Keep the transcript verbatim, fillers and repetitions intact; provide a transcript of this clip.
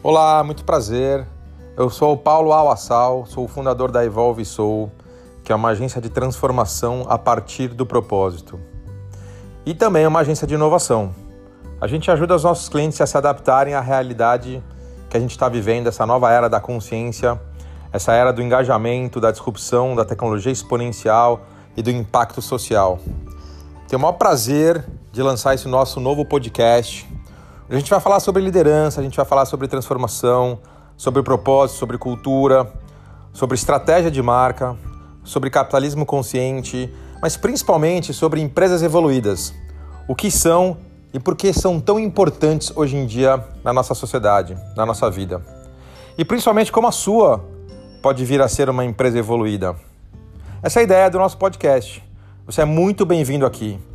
Olá, muito prazer. Eu sou o Paulo Awassal, sou o fundador da Evolve Soul, que é uma agência de transformação a partir do propósito. E também é uma agência de inovação. A gente ajuda os nossos clientes a se adaptarem à realidade que a gente está vivendo, essa nova era da consciência, essa era do engajamento, da disrupção, da tecnologia exponencial e do impacto social. Tenho o maior prazer de lançar esse nosso novo podcast. A gente vai falar sobre liderança, a gente vai falar sobre transformação, sobre propósito, sobre cultura, sobre estratégia de marca, sobre capitalismo consciente, mas principalmente sobre empresas evoluídas. O que são e por que são tão importantes hoje em dia na nossa sociedade, na nossa vida. E principalmente como a sua pode vir a ser uma empresa evoluída. Essa é a ideia do nosso podcast. Você é muito bem-vindo aqui.